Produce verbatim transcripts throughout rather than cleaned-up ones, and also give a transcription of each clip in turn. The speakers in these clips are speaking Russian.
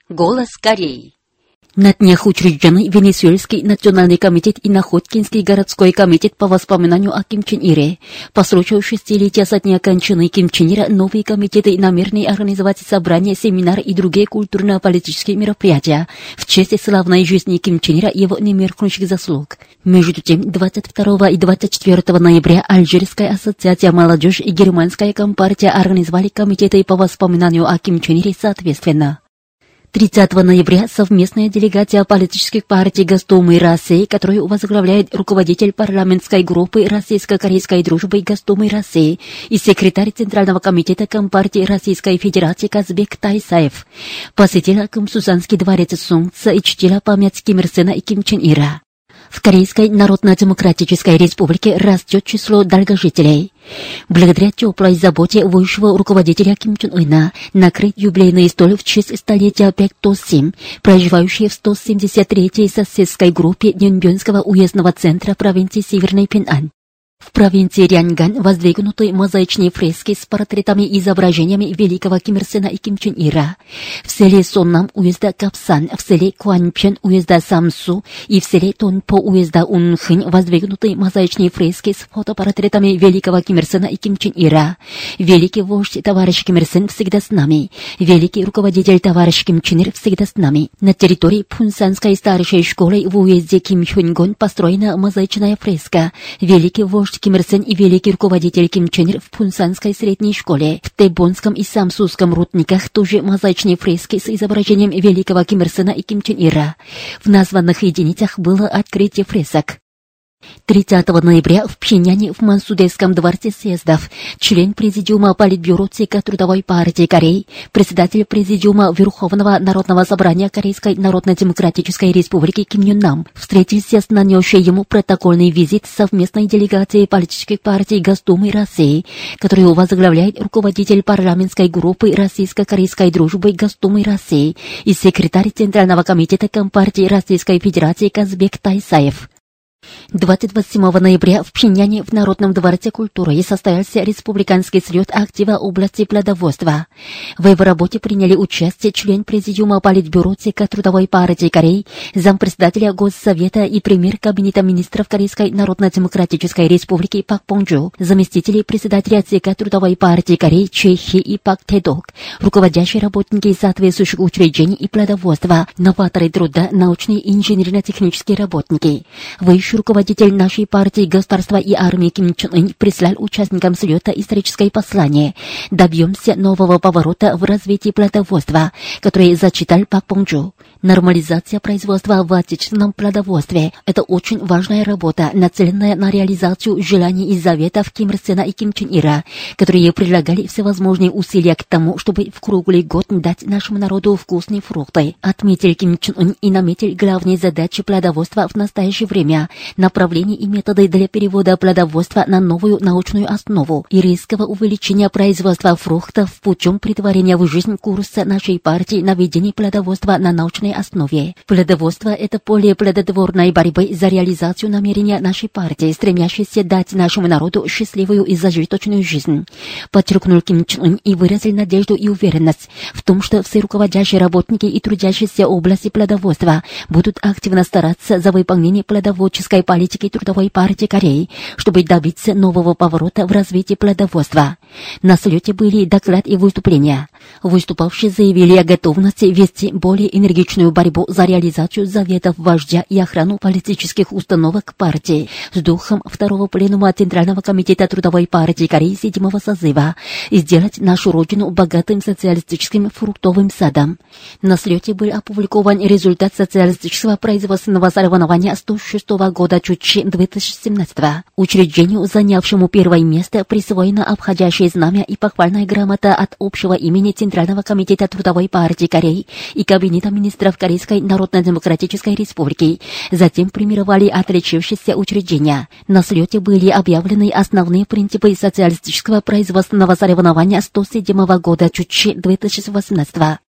Голос Кореи. На днях учреждены Венесуэльский национальный комитет и Находкинский городской комитет по воспоминанию о Ким Чен Ире. По случаю шестилетия со дня кончины Ким Чен Ира новые комитеты намерены организовать собрания, семинары и другие культурно-политические мероприятия в честь славной жизни Ким Чен Ира и его немеркнущих заслуг. Между тем, двадцать второго и двадцать четвёртого ноября Алжирская ассоциация молодежи и Германская компартия организовали комитеты по воспоминанию о Ким Чен Ире соответственно. тридцатого ноября совместная делегация политических партий Госдумы России, которую возглавляет руководитель парламентской группы Российско-корейской дружбы Госдумы России и секретарь Центрального комитета Компартии Российской Федерации Казбек Тайсаев, посетила Кымсусанский дворец Сунца и чтила память Ким Ир Сена и Ким Чен Ира. В Корейской Народно-Демократической Республике растет число долгожителей. Благодаря теплой заботе высшего руководителя Ким Чен Ына накрыт юбилейный стол в честь столетия Пектосим, проживающие в сто семьдесят третьей соседской группе Нёнбёнского уездного центра провинции Северный Пинан. В провинции Рянган воздвигнуты мозаичные фрески с портретами и изображениями великого Ким Ир Сена и Ким Чен Ира. В селе Соннам уезда Капсан, в селе Куанпен уезда Самсу и в селе Тонпо уезда Унхынь воздвигнуты мозаичные фрески с фотопортретами великого Ким Ир Сена и Ким Чен Ира. Великий вождь товарищ Ким Ир Сен всегда с нами. Великий руководитель товарищ Ким Чен Ир всегда с нами. На территории Пунсанской старшей школы в уезде Ким Хёнгон построена мозаичная фреска. Великий вождь Ким Ир Сен и великий руководитель Ким Чен Ир в Пунсанской средней школе. В Тэбонском и Самсусском рудниках тоже мозаичные фрески с изображением великого Ким Ир Сена и Ким Чен Ира. В названных единицах было открытие фресок. тридцатого ноября в Пхеняне в Мансудейском дворце съездов член Президиума Политбюро ЦК Трудовой партии Кореи, председатель Президиума Верховного Народного собрания Корейской Народно-Демократической Республики Ким Юн Нам встретился с нанесшей ему протокольный визит совместной делегацией политических партий Госдумы России, которую возглавляет руководитель парламентской группы Российско-корейской дружбы Госдумы России и секретарь Центрального комитета Компартии Российской Федерации Казбек Тайсаев. двадцать седьмого ноября в Пхеняне в Народном дворце культуры состоялся республиканский слет актива области плодоводства. В его работе приняли участие член Президиума Политбюро ЦК Трудовой партии Кореи, зампредседателя Госсовета и премьер Кабинета министров Корейской Народно-Демократической Республики Пак Понджу, заместители председателя ЦК Трудовой партии Кореи Чэ Хи и Пак Тэдок, руководящие работники соответствующих учреждений и плодоводства, новаторы труда, научные и инженерно-технические работники. Высший руководитель нашей партии государства и армии Ким Чен Ын прислал участникам слета историческое послание. Добьемся нового поворота в развитии плодоводства, которое зачитал Пак Понджу. Нормализация производства в отечественном плодоводстве – это очень важная работа, нацеленная на реализацию желаний и заветов Ким Ир Сена и Ким Чен Ира, которые прилагали всевозможные усилия к тому, чтобы в круглый год дать нашему народу вкусные фрукты. Отметил Ким Чен Ын и наметил главные задачи плодоводства в настоящее время, направления и методы для перевода плодоводства на новую научную основу и резкого увеличения производства фруктов путем претворения в жизнь курса нашей партии на ведение плодоводства на научной основе. Плодоводство – это поле плодотворной борьбы за реализацию намерения нашей партии, стремящейся дать нашему народу счастливую и зажиточную жизнь. Подчеркнул Ким Чен Ын и выразил надежду и уверенность в том, что все руководящие работники и трудящиеся в области плодоводства будут активно стараться за выполнение плодоводческой политики Трудовой партии Кореи, чтобы добиться нового поворота в развитии плодоводства. На слете были доклад и выступления. Выступавшие заявили о готовности вести более энергичную борьбу за реализацию заветов вождя и охрану политических установок партии с духом второго пленума Центрального комитета Трудовой партии Кореи седьмого созыва и сделать нашу родину богатым социалистическим фруктовым садом. На слете был опубликован результат социалистического производственного соревнования сто шестого года Чучи две тысячи семнадцатого. Учреждению, занявшему первое место, присвоено обходящее знамя и похвальная грамота от общего имени Центрального комитета Трудовой партии Кореи и Кабинета министров Корейской Народно-Демократической Республики. Затем премировали отличившиеся учреждения. На слете были объявлены основные принципы социалистического производственного соревнования сто седьмого года Чучи две тысячи восемнадцатого.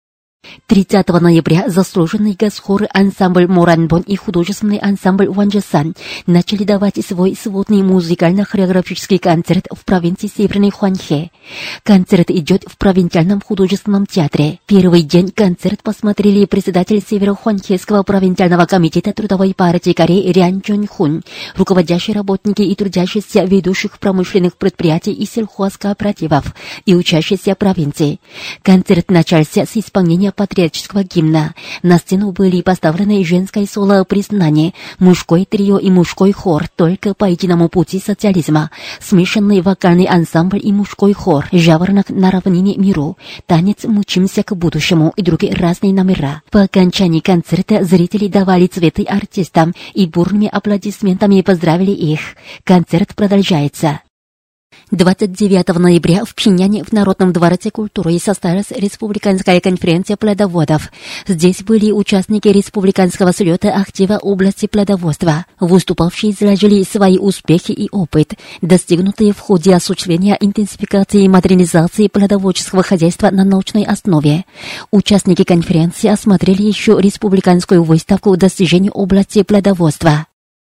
тридцатого ноября заслуженный госхор ансамбль «Моранбон» и художественный ансамбль «Ванджасан» начали давать свой сводный музыкально-хореографический концерт в провинции Северной Хуанхэ. Концерт идет в провинциальном художественном театре. Первый день концерт посмотрели председатель Северо-Хуанхэского провинциального комитета Трудовой партии Кореи Рян Чон-хун, руководящие работники и трудящиеся ведущих промышленных предприятий и сельхозкооперативов и учащиеся провинции. Концерт начался с исполнения патриотического гимна. На сцену были поставлены женское соло «Признание», мужской трио и мужской хор «Только по единому пути социализма», смешанный вокальный ансамбль и мужской хор «Жаворонок на равнине миру», танец «Мчимся к будущему» и другие разные номера. По окончании концерта зрители давали цветы артистам и бурными аплодисментами поздравили их. Концерт продолжается. двадцать девятого ноября в Пхеньяне в Народном дворце культуры состоялась республиканская конференция плодоводов. Здесь были участники республиканского слета актива области плодоводства. Выступавшие изложили свои успехи и опыт, достигнутые в ходе осуществления интенсификации и модернизации плодоводческого хозяйства на научной основе. Участники конференции осмотрели еще республиканскую выставку достижений области плодоводства.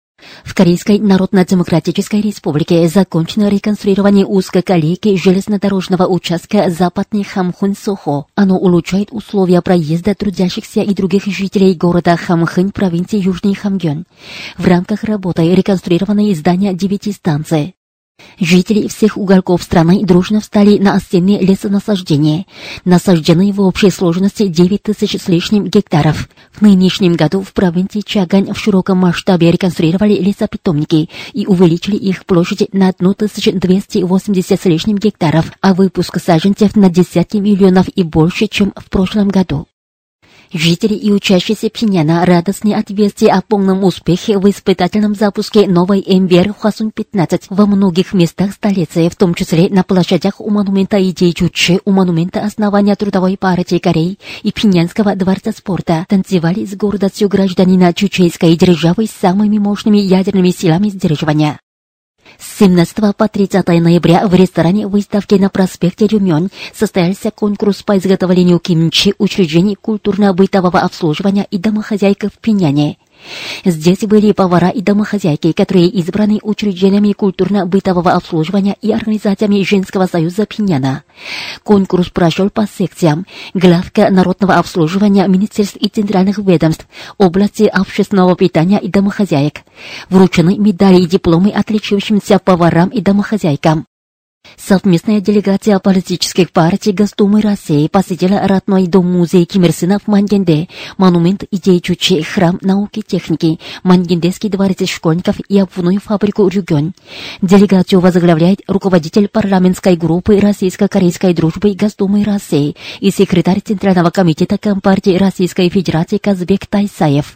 В Корейской Народно-Демократической Республике закончено реконструирование узкой колейки железнодорожного участка Западный Хамхун-Сохо. Оно улучшает условия проезда трудящихся и других жителей города Хамхын провинции Южный Хамгён. В рамках работы реконструированы здания девяти станций. Жители всех уголков страны дружно встали на осенние лесонасаждения. Насаждены в общей сложности девять тысяч с лишним гектаров. В нынешнем году в провинции Чагань в широком масштабе реконструировали лесопитомники и увеличили их площадь на тысячу двести восемьдесят с лишним гектаров, а выпуск саженцев на десятки миллионов и больше, чем в прошлом году. Жители и учащиеся Пхеньяна радостны от вести о полном успехе в испытательном запуске новой эм бэ эр Хвасун пятнадцать во многих местах столицы, в том числе на площадях у монумента идей Чучи, у монумента основания Трудовой партии Кореи и Пхеньянского дворца спорта. Танцевали с гордостью гражданина чучейской державы с самыми мощными ядерными силами сдерживания. С семнадцатого по тридцатое ноября в ресторане выставки на проспекте Рюмён состоялся конкурс по изготовлению кимчи учреждений культурно-бытового обслуживания и домохозяйка в Пхеньяне. Здесь были повара и домохозяйки, которые избраны учреждениями культурно-бытового обслуживания и организациями Женского союза Пхеньяна. Конкурс прошел по секциям: главка народного обслуживания министерств и центральных ведомств, области общественного питания и домохозяек. Вручены медали и дипломы отличившимся поварам и домохозяйкам. Совместная делегация политических партий Госдумы России посетила родной дом-музей Ким Ир Сына в Мангенде, монумент идей Чучи, храм науки и техники, Мангендейский дворец школьников и обувную фабрику Рюгён. Делегацию возглавляет руководитель парламентской группы Российско-корейской дружбы Госдумы России и секретарь Центрального комитета Компартии Российской Федерации Казбек Тайсаев.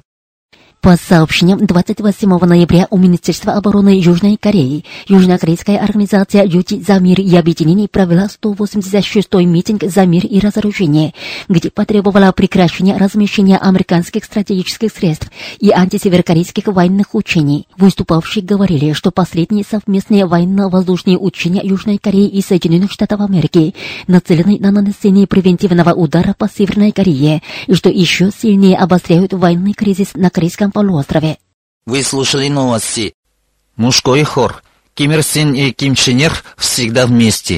По сообщениям двадцать восьмого ноября у Министерства обороны Южной Кореи, южнокорейская организация «Люди за мир и объединение» провела сто восемьдесят шестой митинг за мир и разоружение, где потребовала прекращения размещения американских стратегических средств и антисеверокорейских военных учений. Выступавшие говорили, что последние совместные военно-воздушные учения Южной Кореи и Соединенных Штатов Америки нацелены на нанесение превентивного удара по Северной Корее, и что еще сильнее обостряют военный кризис на Корейском полуострове. Вы слушали новости. Мужской хор. Ким Ир Сен и Ким Чен Ир всегда вместе.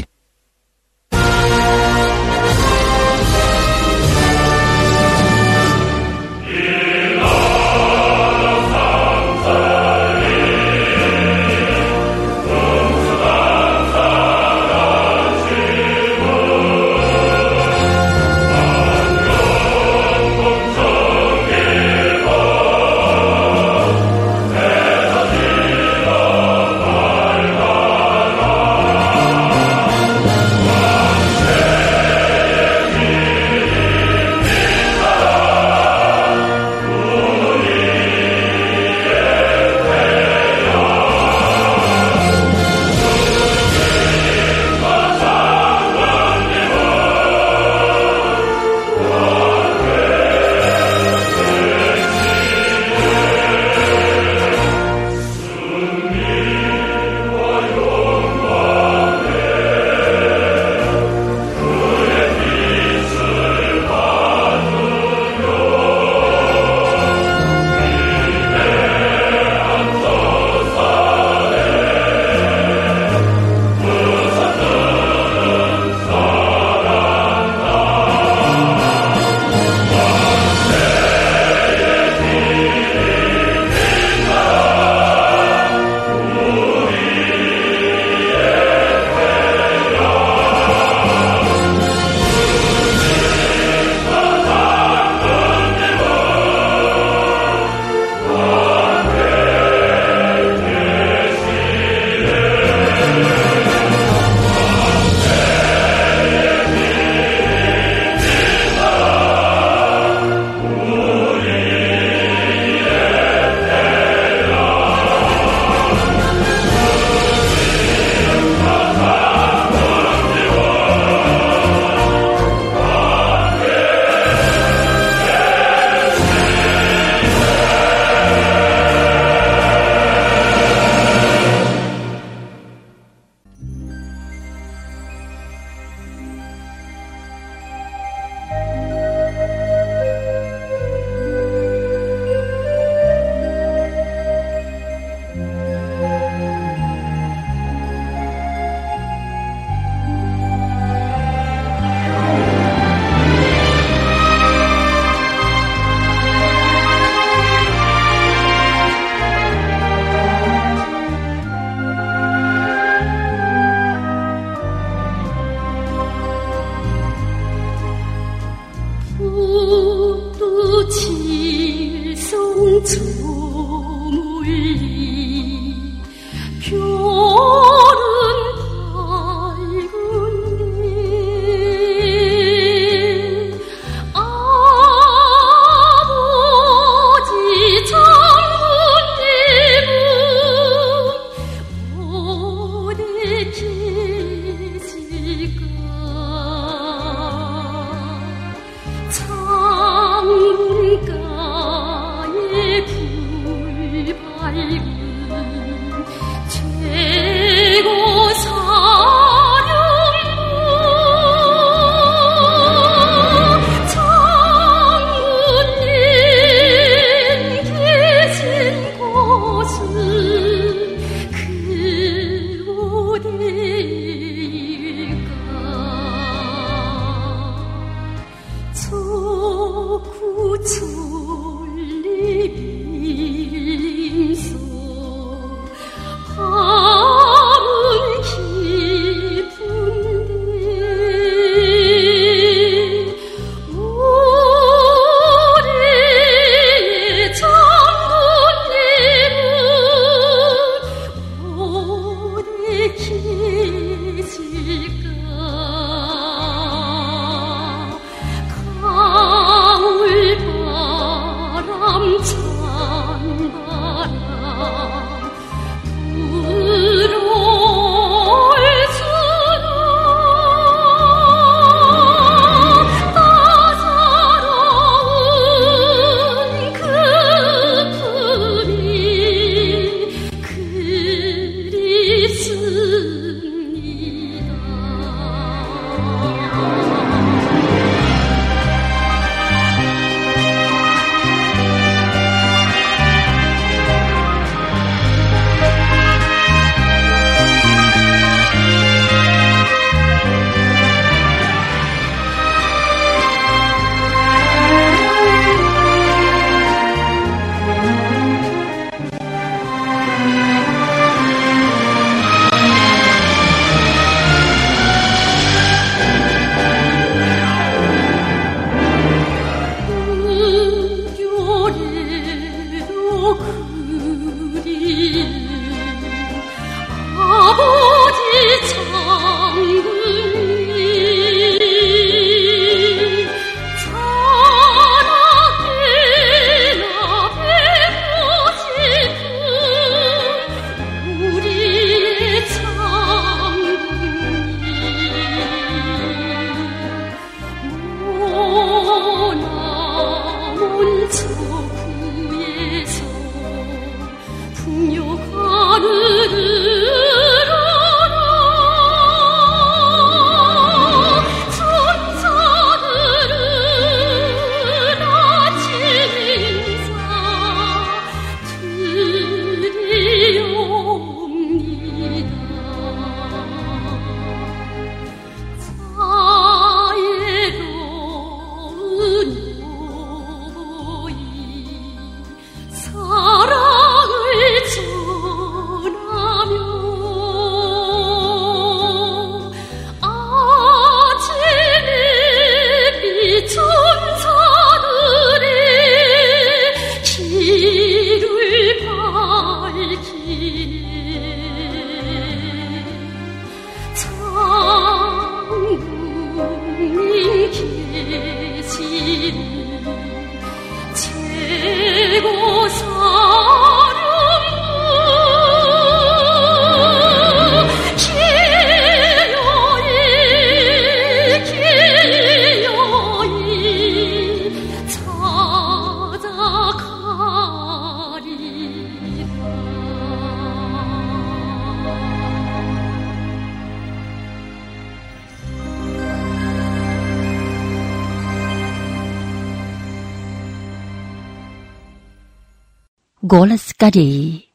Голос Кореи.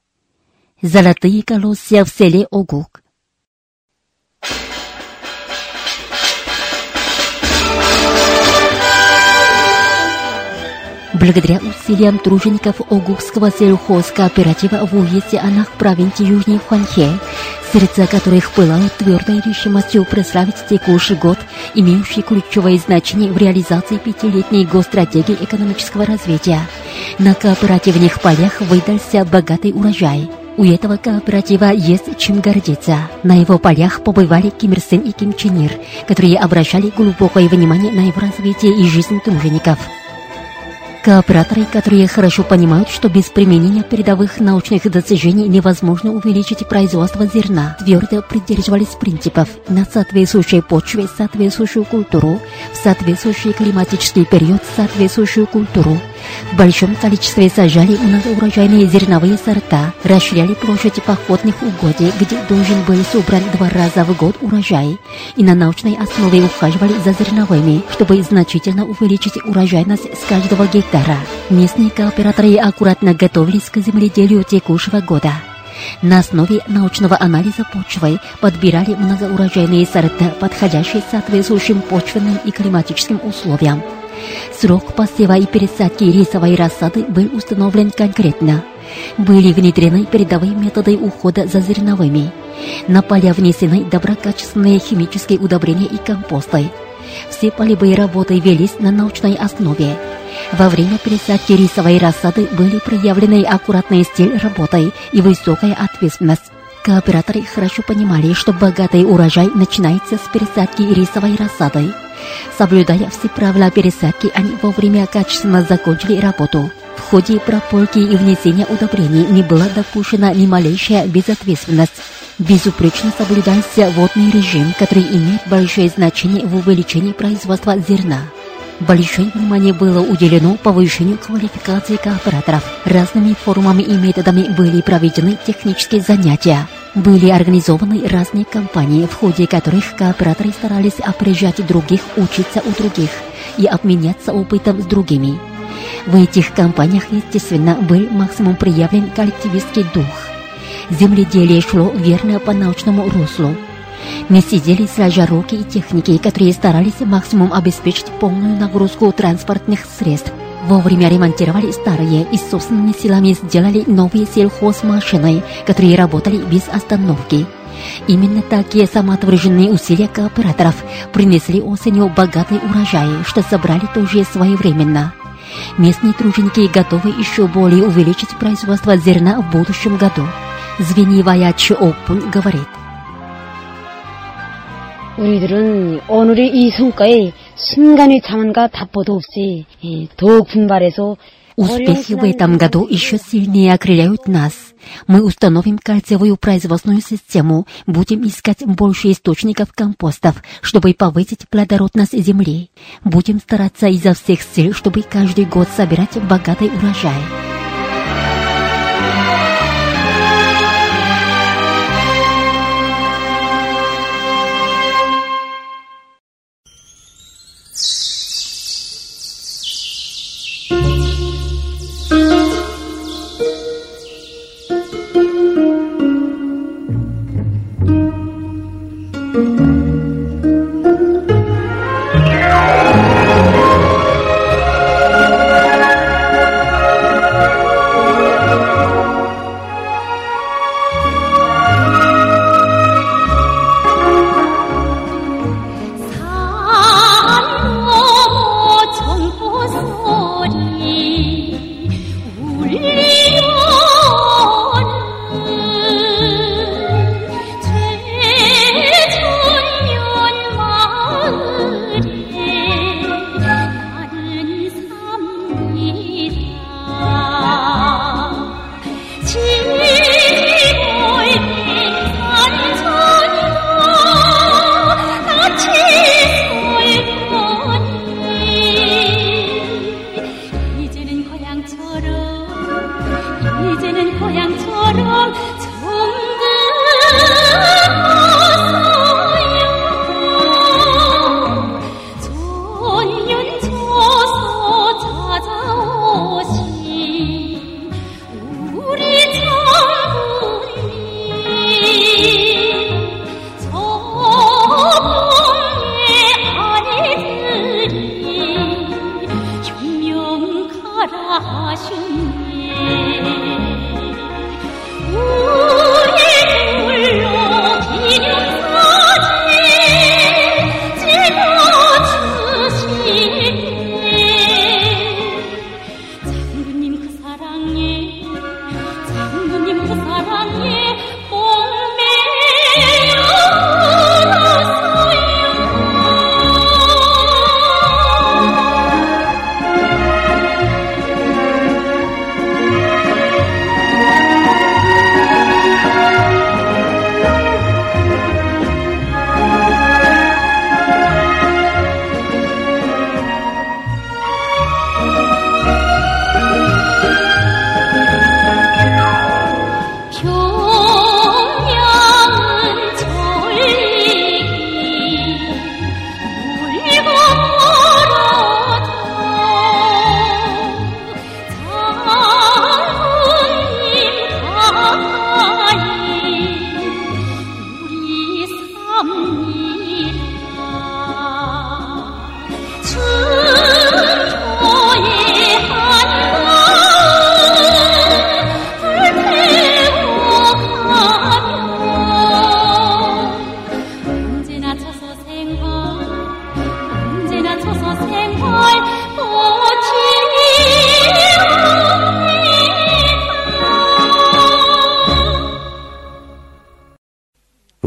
Золотые колосья в селе Огук. Благодаря усилиям тружеников Огукского сельхозкооператива в уезде Анах провинции Южной Хванхэ, сердца которых пылают твердой решимостью прославить текущий год, имеющий ключевое значение в реализации пятилетней госстратегии экономического развития, На кооперативных полях выдался богатый урожай. У этого кооператива есть чем гордиться. На его полях побывали Ким Ир Сен и Ким Чен Ир, которые обращали глубокое внимание на его развитие и жизнь тружеников. Кооператоры, которые хорошо понимают, что без применения передовых научных достижений невозможно увеличить производство зерна, твердо придерживались принципов на соответствующей почве соответствующую культуру, в соответствующий климатический период соответствующую культуру. В большом количестве сажали многоурожайные зерновые сорта, расширяли площадь походных угодий, где должен был собран два раза в год урожай, и на научной основе ухаживали за зерновыми, чтобы значительно увеличить урожайность с каждого гектара. Местные кооператоры аккуратно готовились к земледелию текущего года. На основе научного анализа почвы подбирали многоурожайные сорта, подходящие соответствующим почвенным и климатическим условиям. Срок посева и пересадки рисовой рассады был установлен конкретно. Были внедрены передовые методы ухода за зерновыми. На поля внесены доброкачественные химические удобрения и компосты. Все полевые работы велись на научной основе. Во время пересадки рисовой рассады были проявлены аккуратный стиль работы и высокая ответственность. Кооператоры хорошо понимали, что богатый урожай начинается с пересадки рисовой рассады. Соблюдая все правила пересадки, они вовремя качественно закончили работу. В ходе прополки и внесения удобрений не была допущена ни малейшая безответственность. Безупречно соблюдался водный режим, который имеет большое значение в увеличении производства зерна. Большое внимание было уделено повышению квалификации кооператоров. Разными формами и методами были проведены технические занятия. Были организованы разные кампании, в ходе которых кооператоры старались опережать других, учиться у других и обменяться опытом с другими. В этих кампаниях, естественно, был максимум проявлен коллективистский дух. Земледелие шло верно по научному руслу. Мы сидели сложа руки и техники, которые старались максимум обеспечить полную нагрузку транспортных средств. Вовремя ремонтировали старые и собственными силами сделали новые сельхозмашины, которые работали без остановки. Именно такие самоотверженные усилия кооператоров принесли осенью богатый урожай, что собрали тоже своевременно. Местные труженики готовы еще более увеличить производство зерна в будущем году. Звеньевая Чоопун говорит: 우리들은 오늘의 이 성과에 순간의 자만과 답보도 없이 더욱 분발해서 Успехи в этом году еще сильнее окрыляют нас. Мы установим кольцевую производственную систему, будем искать больше источников компостов, чтобы повысить плодородность земли. Будем стараться изо всех сил, чтобы каждый год собирать богатый урожай.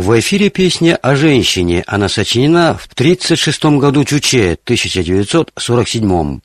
В эфире песня о женщине. Она сочинена в тридцать шестом году Чуче, тысяча девятьсот сорок седьмом.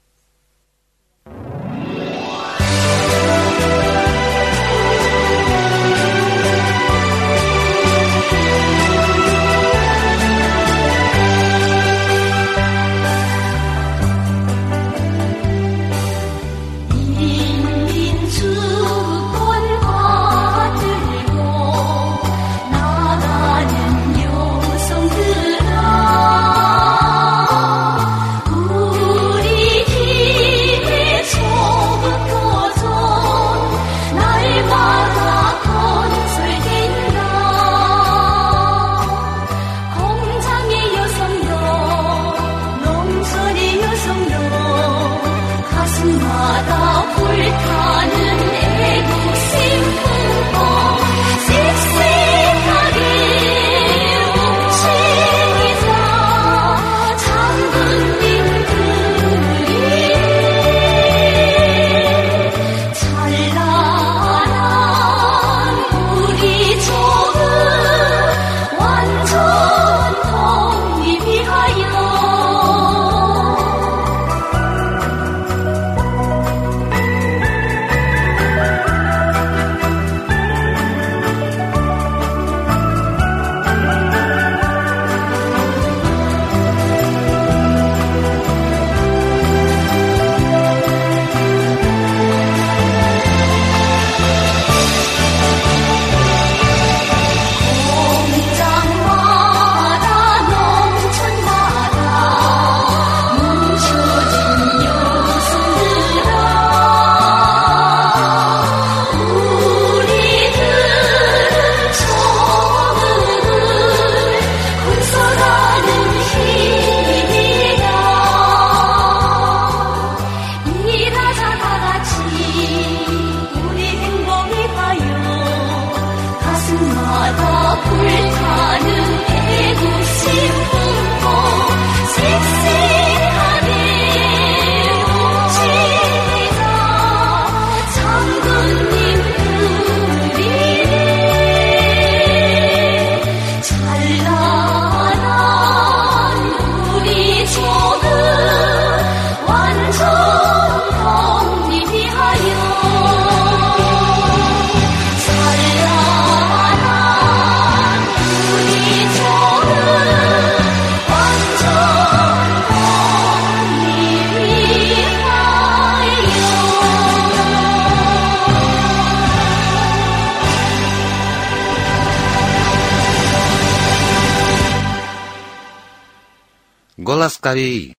Голос Кореи.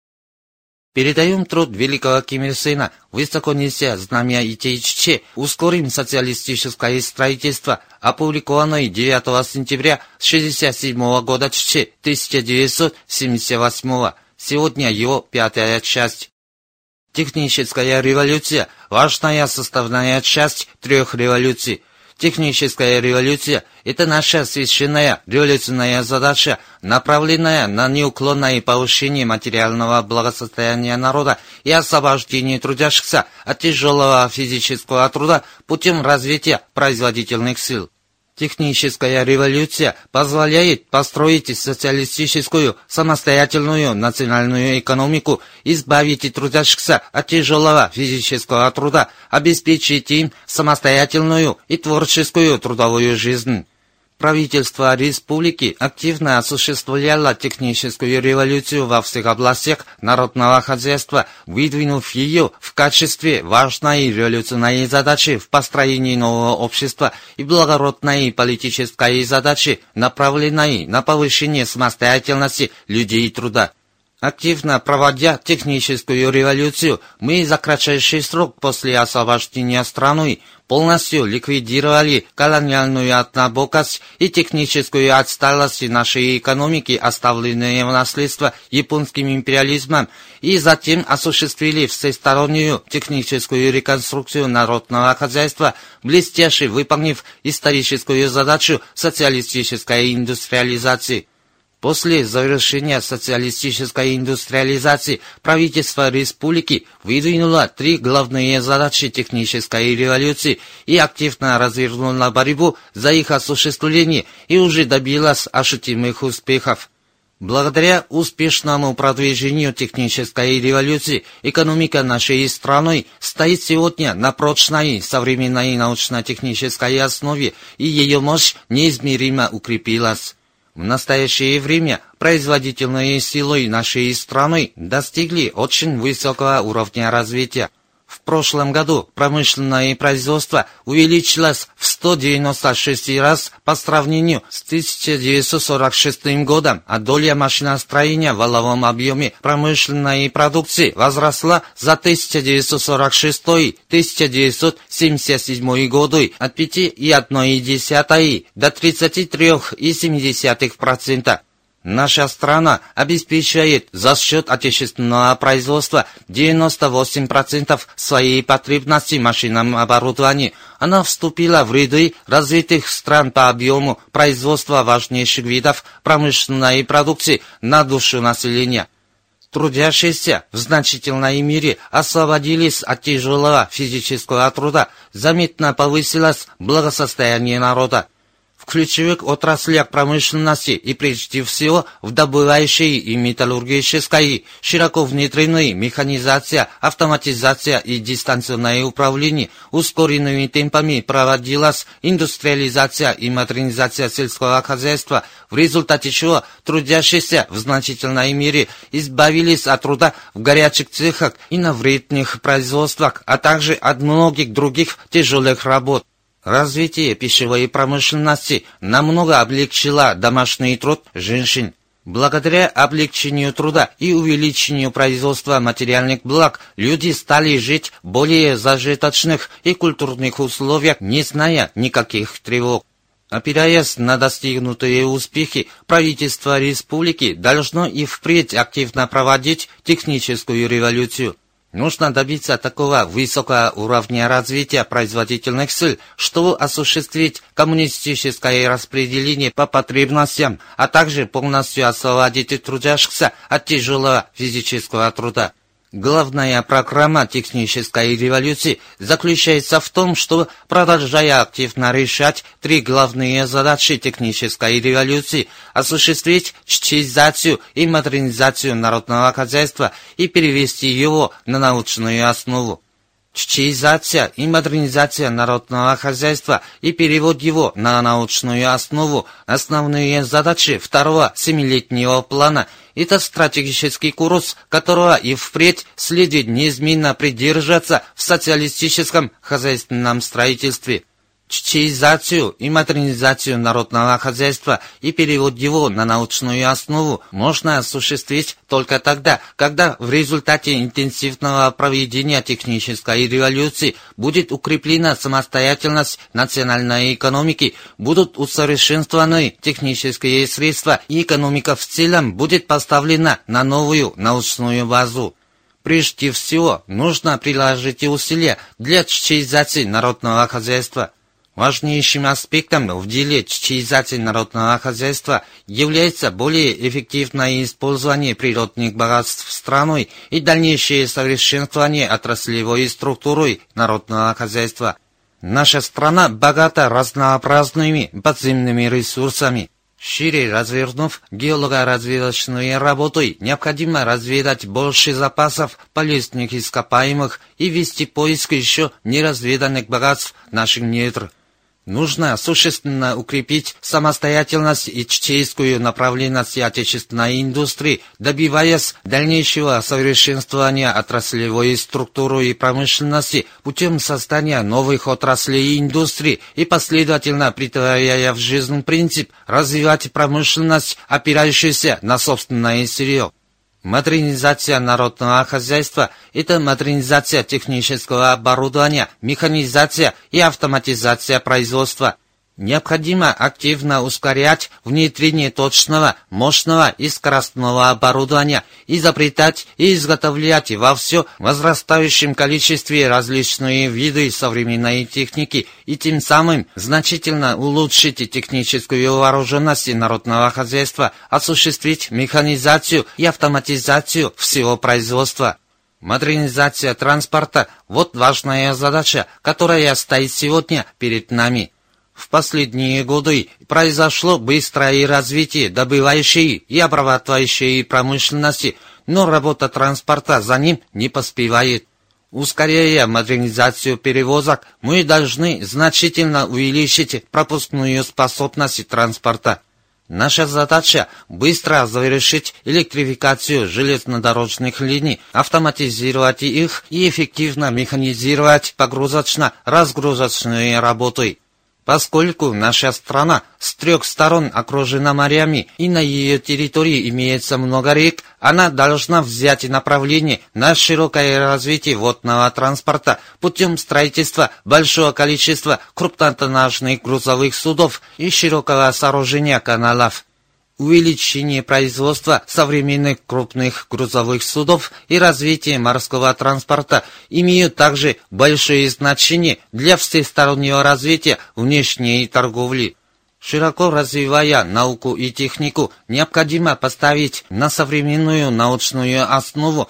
Передаем труд великого Ким Ир Сена, высоко неся знамя И Те И Чуче, ускорим социалистическое строительство, опубликованное девятого сентября шестьдесят седьмого года Чуче тысяча девятьсот семьдесят восьмого. Сегодня его пятая часть. Техническая революция – важная составная часть трех революций. Техническая революция – это наша священная революционная задача, направленная на неуклонное повышение материального благосостояния народа и освобождение трудящихся от тяжелого физического труда путем развития производительных сил. Техническая революция позволяет построить социалистическую самостоятельную национальную экономику, избавить трудящихся от тяжелого физического труда, обеспечить им самостоятельную и творческую трудовую жизнь. Правительство республики активно осуществляло техническую революцию во всех областях народного хозяйства, выдвинув ее в качестве важной революционной задачи в построении нового общества и благородной политической задачи, направленной на повышение самостоятельности людей и труда. Активно проводя техническую революцию, мы за кратчайший срок после освобождения страны полностью ликвидировали колониальную однобокость и техническую отсталость нашей экономики, оставленные в наследство японским империализмом, и затем осуществили всестороннюю техническую реконструкцию народного хозяйства, блестяще выполнив историческую задачу социалистической индустриализации. После завершения социалистической индустриализации правительство республики выдвинуло три главные задачи технической революции и активно развернуло борьбу за их осуществление и уже добилась ощутимых успехов. Благодаря успешному продвижению технической революции экономика нашей страны стоит сегодня на прочной современной научно-технической основе, и ее мощь неизмеримо укрепилась. В настоящее время производительные силы нашей страны достигли очень высокого уровня развития. В прошлом году промышленное производство увеличилось в сто девяносто шесть раз по сравнению с тысяча девятьсот сорок шестым годом, а доля машиностроения в валовом объеме промышленной продукции возросла за тысяча девятьсот сорок шестой — тысяча девятьсот семьдесят седьмой годы от пяти целых одной десятой до тридцати трёх целых семи десятых процента. Наша страна обеспечивает за счет отечественного производства девяносто восемь процентов своей потребности в машинном оборудовании. Она вступила в ряды развитых стран по объему производства важнейших видов промышленной продукции на душу населения. Трудящиеся в значительной мере освободились от тяжелого физического труда, заметно повысилось благосостояние народа. В ключевых отраслях промышленности и прежде всего в добывающей и металлургической широко внедрены механизация, автоматизация и дистанционное управление. Ускоренными темпами проводилась индустриализация и модернизация сельского хозяйства, в результате чего трудящиеся в значительной мере избавились от труда в горячих цехах и на вредных производствах, а также от многих других тяжелых работ. Развитие пищевой промышленности намного облегчило домашний труд женщин. Благодаря облегчению труда и увеличению производства материальных благ люди стали жить в более зажиточных и культурных условиях, не зная никаких тревог. Опираясь на достигнутые успехи, правительство республики должно и впредь активно проводить техническую революцию. Нужно добиться такого высокого уровня развития производительных сил, чтобы осуществить коммунистическое распределение по потребностям, а также полностью освободить трудящихся от тяжелого физического труда. Главная программа технической революции заключается в том, что, продолжая активно решать три главные задачи технической революции, осуществить чечизацию и модернизацию народного хозяйства и перевести его на научную основу. Чечизация и модернизация народного хозяйства и перевод его на научную основу – основные задачи второго семилетнего плана. Это стратегический курс, которого и впредь следует неизменно придерживаться в социалистическом хозяйственном строительстве. Чечизацию и модернизацию народного хозяйства и перевод его на научную основу можно осуществить только тогда, когда в результате интенсивного проведения технической революции будет укреплена самостоятельность национальной экономики, будут усовершенствованы технические средства и экономика в целом будет поставлена на новую научную базу. Прежде всего, нужно приложить усилия для чечизации народного хозяйства. Важнейшим аспектом в деле чечизации народного хозяйства является более эффективное использование природных богатств страной и дальнейшее совершенствование отраслевой структуры народного хозяйства. Наша страна богата разнообразными подземными ресурсами. Шире развернув геологоразведочные работы, необходимо разведать больше запасов полезных ископаемых и вести поиск еще неразведанных богатств наших недр. Нужно существенно укрепить самостоятельность и чечейскую направленность отечественной индустрии, добиваясь дальнейшего совершенствования отраслевой структуры и промышленности путем создания новых отраслей индустрии и последовательно притворяя в жизнь принцип развивать промышленность, опирающуюся на собственное сырье. Модернизация народного хозяйства – это модернизация технического оборудования, механизация и автоматизация производства. Необходимо активно ускорять внедрение точного, мощного и скоростного оборудования, изобретать и изготовлять во все возрастающем количестве различные виды современной техники и тем самым значительно улучшить техническую вооруженность народного хозяйства, осуществить механизацию и автоматизацию всего производства. Модернизация транспорта – вот важная задача, которая стоит сегодня перед нами. В последние годы произошло быстрое развитие добывающей и обрабатывающей промышленности, но работа транспорта за ним не поспевает. Ускоряя модернизацию перевозок, мы должны значительно увеличить пропускную способность транспорта. Наша задача – быстро завершить электрификацию железнодорожных линий, автоматизировать их и эффективно механизировать погрузочно-разгрузочные работы. Поскольку наша страна с трех сторон окружена морями и на ее территории имеется много рек, она должна взять направление на широкое развитие водного транспорта путем строительства большого количества крупнотоннажных грузовых судов и широкого сооружения каналов. Увеличение производства современных крупных грузовых судов и развитие морского транспорта имеют также большое значение для всестороннего развития внешней торговли. Широко развивая науку и технику, необходимо поставить на современную научную основу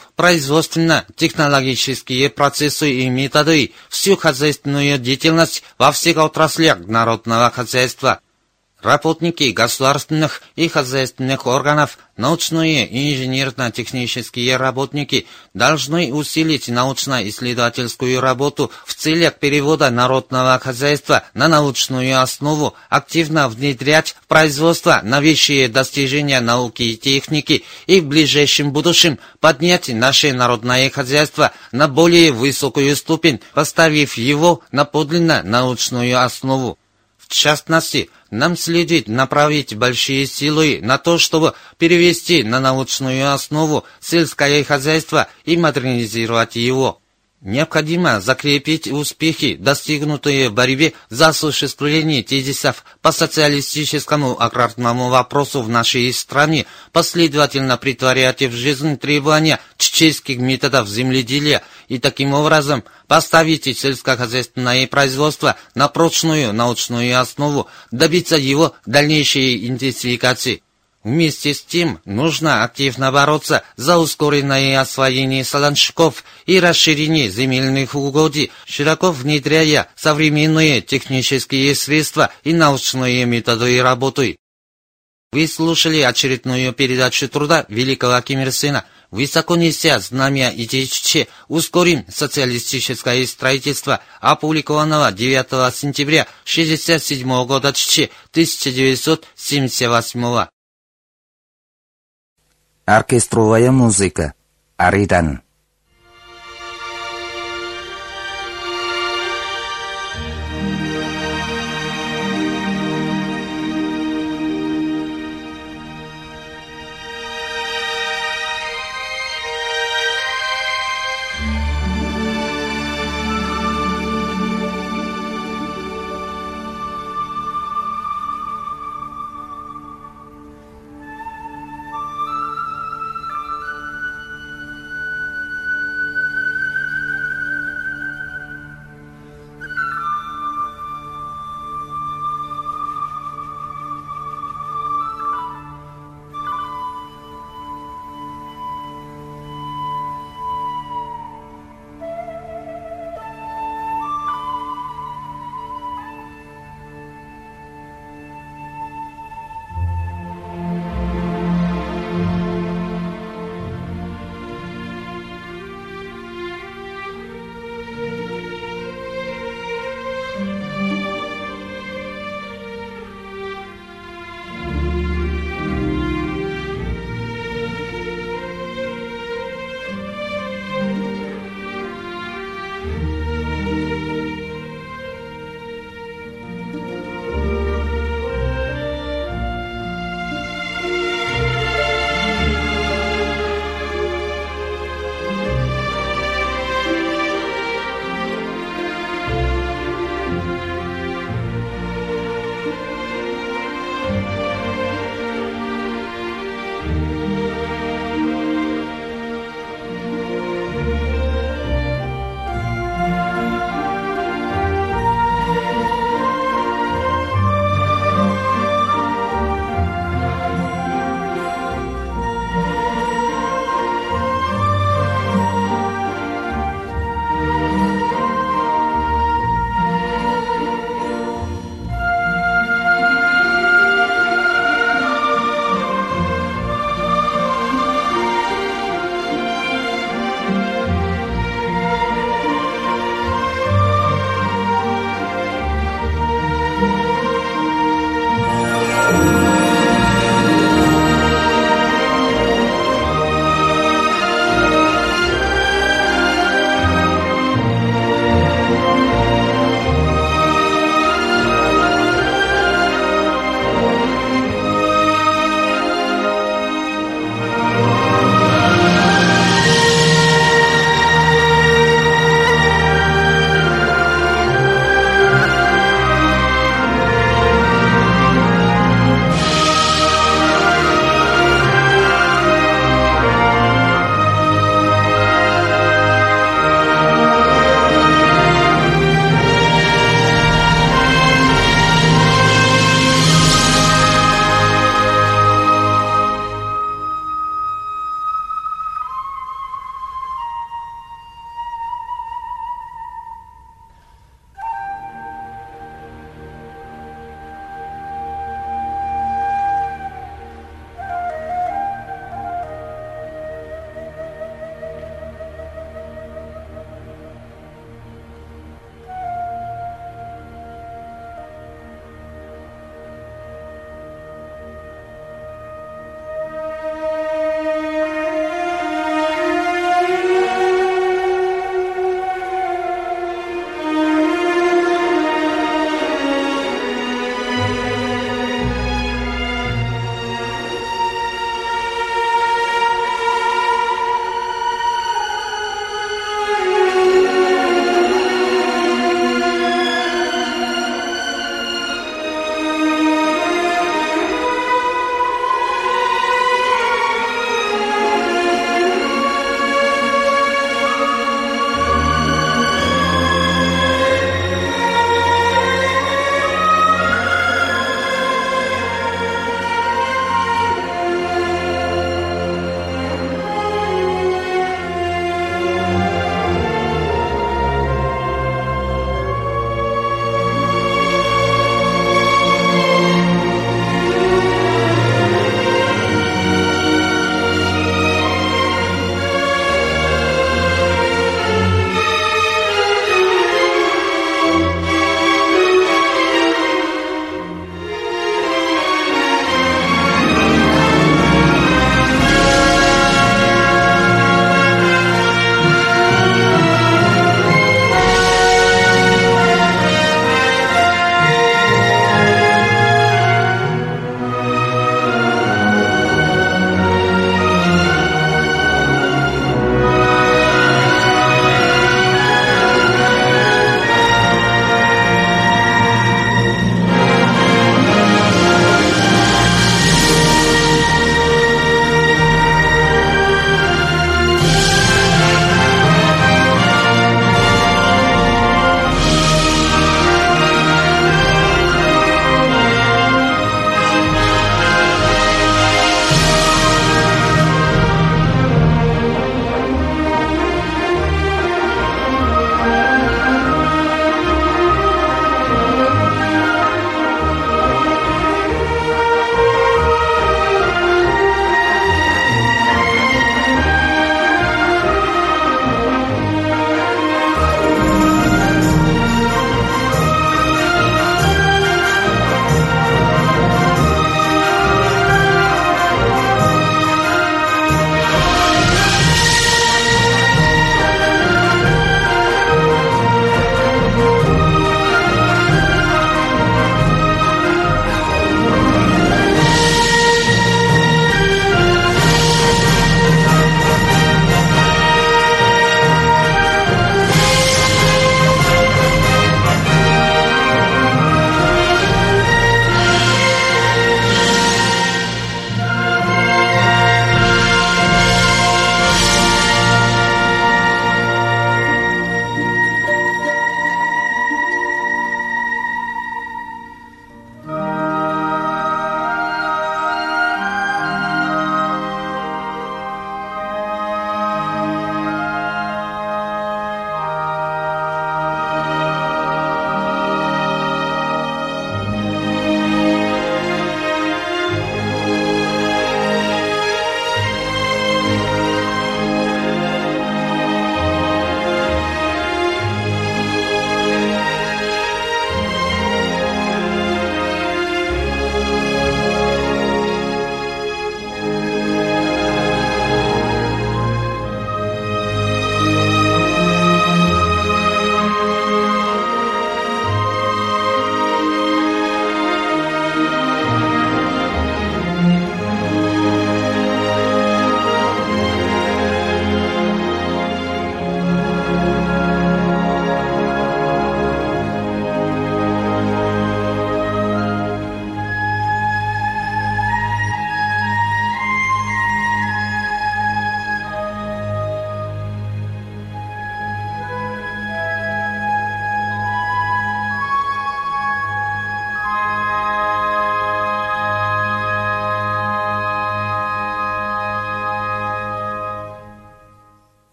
производственно-технологические процессы и методы, всю хозяйственную деятельность во всех отраслях народного хозяйства. Работники государственных и хозяйственных органов, научные и инженерно-технические работники должны усилить научно-исследовательскую работу в целях перевода народного хозяйства на научную основу, активно внедрять в производство новейшие достижения науки и техники и в ближайшем будущем поднять наше народное хозяйство на более высокую ступень, поставив его на подлинно научную основу. В частности, нам следует направить большие силы на то, чтобы перевести на научную основу сельское хозяйство и модернизировать его. Необходимо закрепить успехи, достигнутые в борьбе за осуществление тезисов по социалистическому аграрному вопросу в нашей стране, последовательно претворять в жизнь требования чеченских методов земледелия и таким образом поставить сельскохозяйственное производство на прочную научную основу, добиться его дальнейшей интенсификации. Вместе с тем нужно активно бороться за ускоренное освоение солончаков и расширение земельных угодий, широко внедряя современные технические средства и научные методы работы. Вы слушали очередную передачу труда великого Ким Ир Сена. Высоко неся знамя идеи Чучхе, ускорим социалистическое строительство, опубликованного девятого сентября шестьдесят седьмого года Чучхе тысяча девятьсот семьдесят восьмого. Оркестровая музыка. Аридан.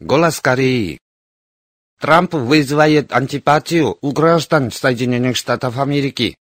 Голос Кореи. Трамп вызывает антипатию у граждан Соединенных Штатов Америки.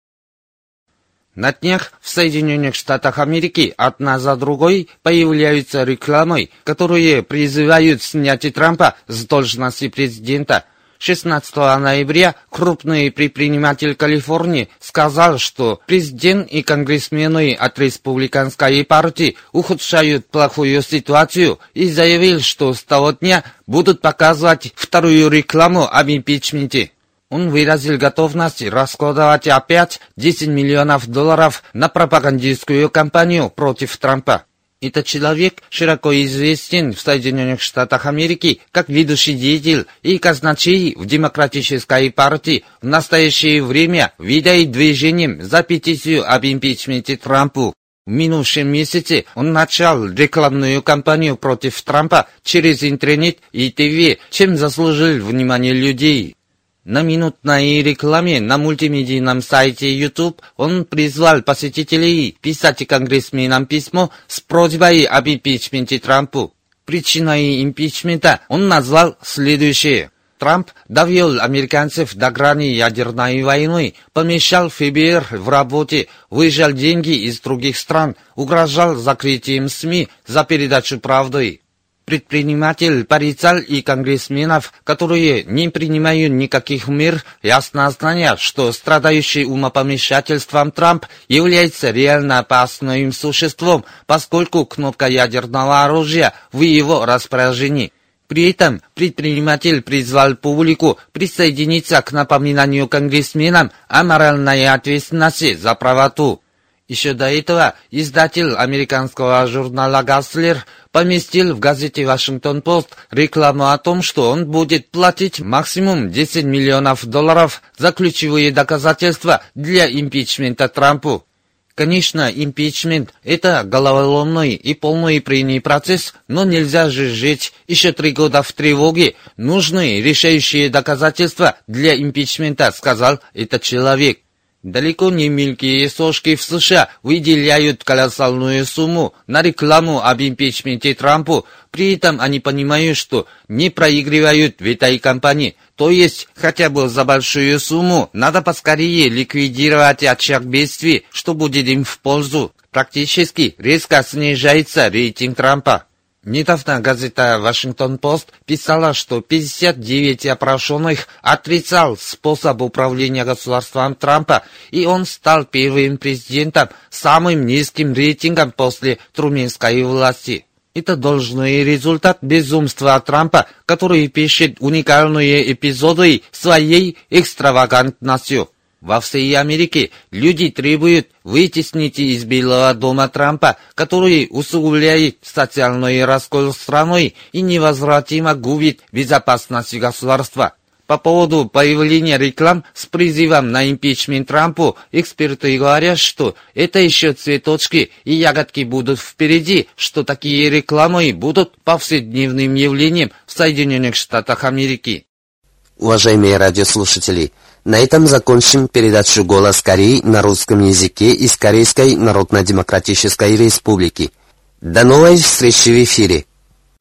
На днях в Соединенных Штатах Америки одна за другой появляются рекламы, которые призывают снять Трампа с должности президента. шестнадцатого ноября крупный предприниматель Калифорнии сказал, что президент и конгрессмены от республиканской партии ухудшают плохую ситуацию, и заявил, что с того дня будут показывать вторую рекламу об импичменте. Он выразил готовность расходовать опять десять миллионов долларов на пропагандистскую кампанию против Трампа. Этот человек широко известен в Соединенных Штатах Америки как ведущий деятель и казначей в Демократической партии. В настоящее время ведает движением за петицию об импичменте Трампу. В минувшем месяце он начал рекламную кампанию против Трампа через интернет и ТВ, чем заслужил внимание людей. На минутной рекламе на мультимедийном сайте YouTube он призвал посетителей писать конгрессменам письмо с просьбой об импичменте Трампу. Причиной импичмента он назвал следующее. Трамп довел американцев до грани ядерной войны, помешал эф бэ эр в работе, выжал деньги из других стран, угрожал закрытием СМИ за передачу правды. Предприниматель порицал и конгрессменов, которые не принимают никаких мер, ясно зная, что страдающий умопомешательством Трамп является реально опасным существом, поскольку кнопка ядерного оружия в его распоряжении. При этом предприниматель призвал публику присоединиться к напоминанию конгрессменам о моральной ответственности за правоту. Еще до этого издатель американского журнала «Гаслер» поместил в газете «Вашингтон-Пост» рекламу о том, что он будет платить максимум десять миллионов долларов за ключевые доказательства для импичмента Трампу. Конечно, импичмент – это головоломный и полный прений процесс, но нельзя же жить еще три года в тревоге. Нужны решающие доказательства для импичмента, сказал этот человек. Далеко не мелкие сошки в США выделяют колоссальную сумму на рекламу об импичменте Трампу, при этом они понимают, что не проигрывают в этой кампании. То есть, хотя бы за большую сумму, надо поскорее ликвидировать очаг бедствий, что будет им в пользу. Практически резко снижается рейтинг Трампа. Недавно газета «Вашингтон-Пост» писала, что пятьдесят девять опрошенных отрицал способ управления государством Трампа, и он стал первым президентом с самым низким рейтингом после трумэнской власти. Это должный результат безумства Трампа, который пишет уникальные эпизоды своей экстравагантностью. Во всей Америке люди требуют вытеснить из Белого дома Трампа, который усугубляет социальный раскол страной и невозвратимо губит безопасность государства. По поводу появления реклам с призывом на импичмент Трампу, эксперты говорят, что это еще цветочки и ягодки будут впереди, что такие рекламы будут повседневным явлением в Соединенных Штатах Америки. Уважаемые радиослушатели, на этом закончим передачу «Голос Кореи» на русском языке из Корейской Народно-Демократической Республики. До новой встречи в эфире.